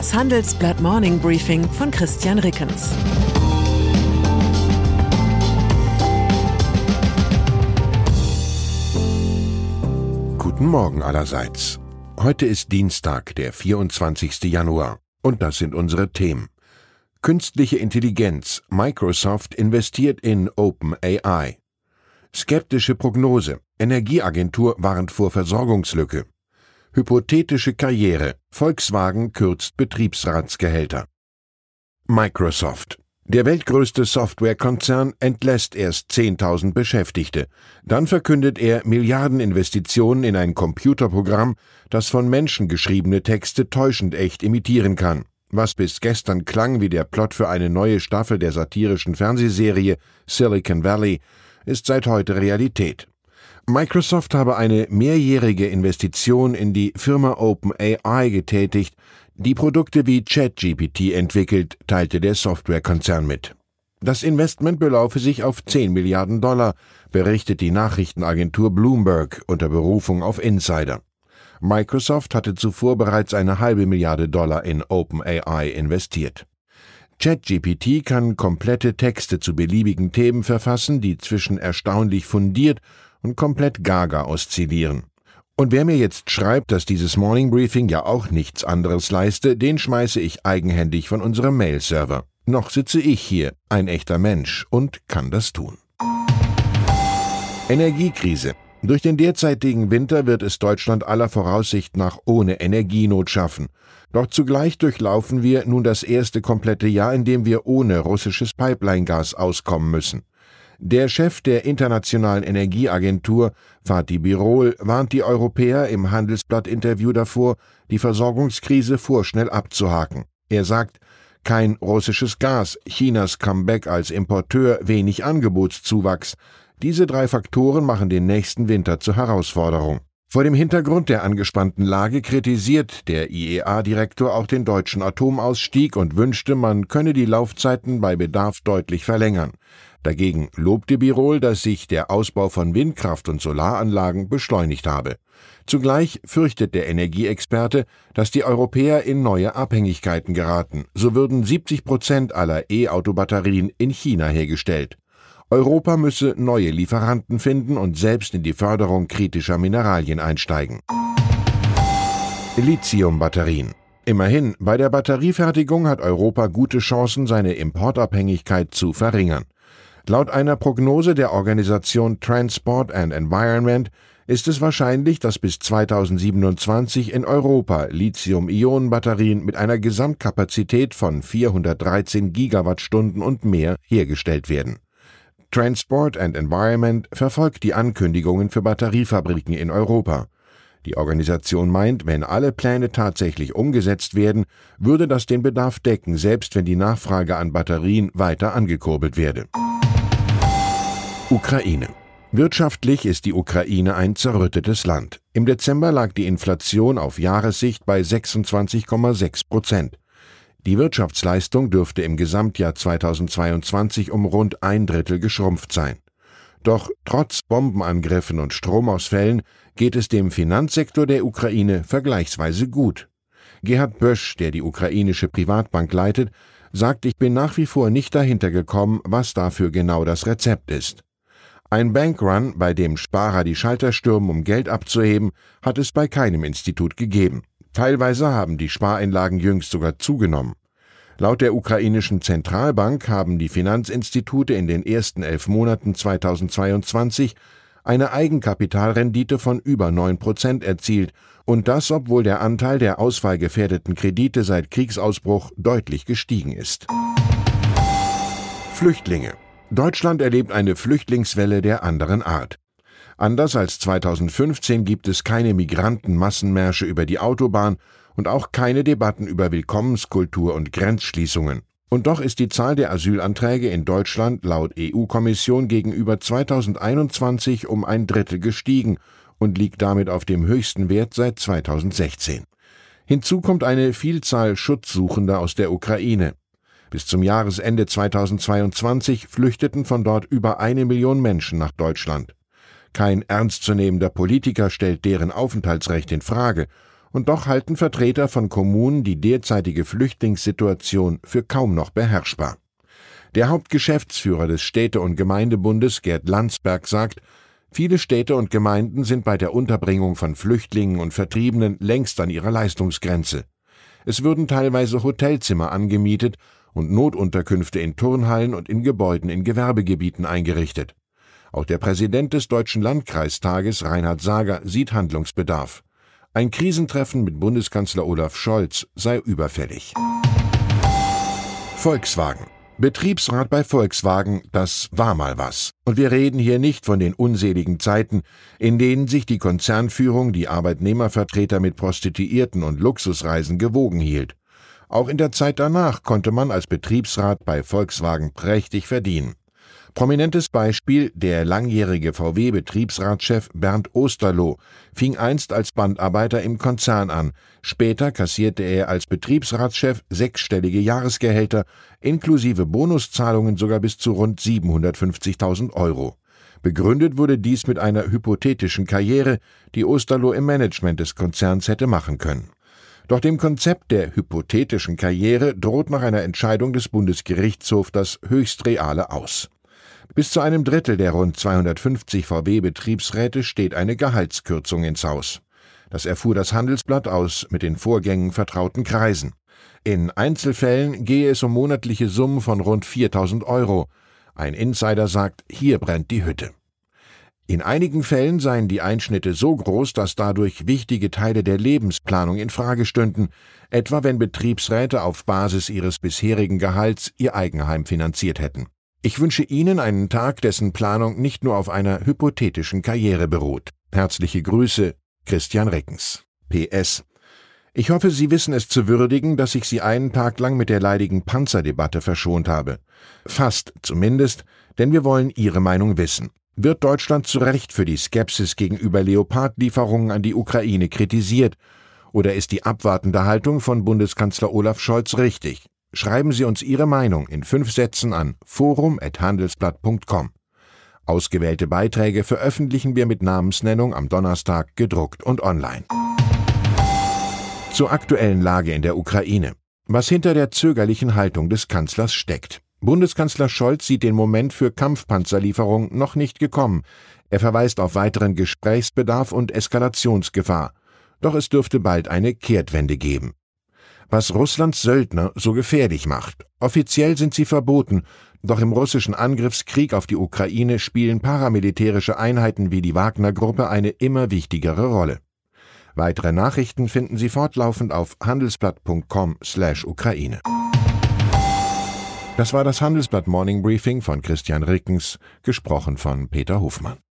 Das Handelsblatt Morning Briefing von Christian Rickens. Guten Morgen allerseits. Heute ist Dienstag, der 24. Januar. Und das sind unsere Themen. Künstliche Intelligenz. Microsoft investiert in OpenAI. Skeptische Prognose. Energieagentur warnt vor Versorgungslücke. Hypothetische Karriere. Volkswagen kürzt Betriebsratsgehälter. Microsoft. Der weltgrößte Softwarekonzern entlässt erst 10.000 Beschäftigte. Dann verkündet er Milliardeninvestitionen in ein Computerprogramm, das von Menschen geschriebene Texte täuschend echt imitieren kann. Was bis gestern klang wie der Plot für eine neue Staffel der satirischen Fernsehserie Silicon Valley, ist seit heute Realität. Microsoft habe eine mehrjährige Investition in die Firma OpenAI getätigt, die Produkte wie ChatGPT entwickelt, teilte der Softwarekonzern mit. Das Investment belaufe sich auf 10 Milliarden $, berichtet die Nachrichtenagentur Bloomberg unter Berufung auf Insider. Microsoft hatte zuvor bereits eine $500 Millionen in OpenAI investiert. ChatGPT kann komplette Texte zu beliebigen Themen verfassen, die zwischen erstaunlich fundiert und komplett gaga oszillieren. Und wer mir jetzt schreibt, dass dieses Morning Briefing ja auch nichts anderes leiste, den schmeiße ich eigenhändig von unserem Mail-Server. Noch sitze ich hier, ein echter Mensch, und kann das tun. Energiekrise. Durch den derzeitigen Winter wird es Deutschland aller Voraussicht nach ohne Energienot schaffen. Doch zugleich durchlaufen wir nun das erste komplette Jahr, in dem wir ohne russisches Pipeline-Gas auskommen müssen. Der Chef der Internationalen Energieagentur, Fatih Birol, warnt die Europäer im Handelsblatt-Interview davor, die Versorgungskrise vorschnell abzuhaken. Er sagt, kein russisches Gas, Chinas Comeback als Importeur, wenig Angebotszuwachs. Diese 3 Faktoren machen den nächsten Winter zur Herausforderung. Vor dem Hintergrund der angespannten Lage kritisiert der IEA-Direktor auch den deutschen Atomausstieg und wünschte, man könne die Laufzeiten bei Bedarf deutlich verlängern. Dagegen lobte Birol, dass sich der Ausbau von Windkraft- und Solaranlagen beschleunigt habe. Zugleich fürchtet der Energieexperte, dass die Europäer in neue Abhängigkeiten geraten. So würden 70% aller E-Auto-Batterien in China hergestellt. Europa müsse neue Lieferanten finden und selbst in die Förderung kritischer Mineralien einsteigen. Lithium-Batterien. Immerhin, bei der Batteriefertigung hat Europa gute Chancen, seine Importabhängigkeit zu verringern. Laut einer Prognose der Organisation Transport and Environment ist es wahrscheinlich, dass bis 2027 in Europa Lithium-Ionen-Batterien mit einer Gesamtkapazität von 413 Gigawattstunden und mehr hergestellt werden. Transport and Environment verfolgt die Ankündigungen für Batteriefabriken in Europa. Die Organisation meint, wenn alle Pläne tatsächlich umgesetzt werden, würde das den Bedarf decken, selbst wenn die Nachfrage an Batterien weiter angekurbelt werde. Ukraine. Wirtschaftlich ist die Ukraine ein zerrüttetes Land. Im Dezember lag die Inflation auf Jahressicht bei 26,6%. Die Wirtschaftsleistung dürfte im Gesamtjahr 2022 um rund 1/3 geschrumpft sein. Doch trotz Bombenangriffen und Stromausfällen geht es dem Finanzsektor der Ukraine vergleichsweise gut. Gerhard Bösch, der die ukrainische Privatbank leitet, sagt, ich bin nach wie vor nicht dahinter gekommen, was dafür genau das Rezept ist. Ein Bankrun, bei dem Sparer die Schalter stürmen, um Geld abzuheben, hat es bei keinem Institut gegeben. Teilweise haben die Spareinlagen jüngst sogar zugenommen. Laut der ukrainischen Zentralbank haben die Finanzinstitute in den ersten 11 Monaten 2022 eine Eigenkapitalrendite von über 9% erzielt, und das, obwohl der Anteil der ausfallgefährdeten Kredite seit Kriegsausbruch deutlich gestiegen ist. Flüchtlinge. Deutschland erlebt eine Flüchtlingswelle der anderen Art. Anders als 2015 gibt es keine Migrantenmassenmärsche über die Autobahn und auch keine Debatten über Willkommenskultur und Grenzschließungen. Und doch ist die Zahl der Asylanträge in Deutschland laut EU-Kommission gegenüber 2021 um 1/3 gestiegen und liegt damit auf dem höchsten Wert seit 2016. Hinzu kommt eine Vielzahl Schutzsuchender aus der Ukraine. Bis zum Jahresende 2022 flüchteten von dort über 1 Million Menschen nach Deutschland. Kein ernstzunehmender Politiker stellt deren Aufenthaltsrecht in Frage. Und doch halten Vertreter von Kommunen die derzeitige Flüchtlingssituation für kaum noch beherrschbar. Der Hauptgeschäftsführer des Städte- und Gemeindebundes, Gerd Landsberg, sagt, viele Städte und Gemeinden sind bei der Unterbringung von Flüchtlingen und Vertriebenen längst an ihrer Leistungsgrenze. Es würden teilweise Hotelzimmer angemietet und Notunterkünfte in Turnhallen und in Gebäuden in Gewerbegebieten eingerichtet. Auch der Präsident des Deutschen Landkreistages, Reinhard Sager, sieht Handlungsbedarf. Ein Krisentreffen mit Bundeskanzler Olaf Scholz sei überfällig. Volkswagen. Betriebsrat bei Volkswagen, das war mal was. Und wir reden hier nicht von den unseligen Zeiten, in denen sich die Konzernführung die Arbeitnehmervertreter mit Prostituierten und Luxusreisen gewogen hielt. Auch in der Zeit danach konnte man als Betriebsrat bei Volkswagen prächtig verdienen. Prominentes Beispiel: der langjährige VW-Betriebsratschef Bernd Osterloh fing einst als Bandarbeiter im Konzern an. Später kassierte er als Betriebsratschef 6-stellige Jahresgehälter, inklusive Bonuszahlungen sogar bis zu rund 750.000 €. Begründet wurde dies mit einer hypothetischen Karriere, die Osterloh im Management des Konzerns hätte machen können. Doch dem Konzept der hypothetischen Karriere droht nach einer Entscheidung des Bundesgerichtshofs das höchst Reale aus. Bis zu einem Drittel der rund 250 VW-Betriebsräte steht eine Gehaltskürzung ins Haus. Das erfuhr das Handelsblatt aus mit den Vorgängen vertrauten Kreisen. In Einzelfällen gehe es um monatliche Summen von rund 4.000 €. Ein Insider sagt, hier brennt die Hütte. In einigen Fällen seien die Einschnitte so groß, dass dadurch wichtige Teile der Lebensplanung in Frage stünden, etwa wenn Betriebsräte auf Basis ihres bisherigen Gehalts ihr Eigenheim finanziert hätten. Ich wünsche Ihnen einen Tag, dessen Planung nicht nur auf einer hypothetischen Karriere beruht. Herzliche Grüße, Christian Rickens. PS. Ich hoffe, Sie wissen es zu würdigen, dass ich Sie einen Tag lang mit der leidigen Panzerdebatte verschont habe. Fast zumindest, denn wir wollen Ihre Meinung wissen. Wird Deutschland zu Recht für die Skepsis gegenüber Leopard-Lieferungen an die Ukraine kritisiert? Oder ist die abwartende Haltung von Bundeskanzler Olaf Scholz richtig? Schreiben Sie uns Ihre Meinung in 5 Sätzen an forum@handelsblatt.com. Ausgewählte Beiträge veröffentlichen wir mit Namensnennung am Donnerstag gedruckt und online. Zur aktuellen Lage in der Ukraine. Was hinter der zögerlichen Haltung des Kanzlers steckt. Bundeskanzler Scholz sieht den Moment für Kampfpanzerlieferung noch nicht gekommen. Er verweist auf weiteren Gesprächsbedarf und Eskalationsgefahr. Doch es dürfte bald eine Kehrtwende geben. Was Russlands Söldner so gefährlich macht. Offiziell sind sie verboten, doch im russischen Angriffskrieg auf die Ukraine spielen paramilitärische Einheiten wie die Wagner-Gruppe eine immer wichtigere Rolle. Weitere Nachrichten finden Sie fortlaufend auf handelsblatt.com/Ukraine. Das war das Handelsblatt Morning Briefing von Christian Rickens, gesprochen von Peter Hofmann.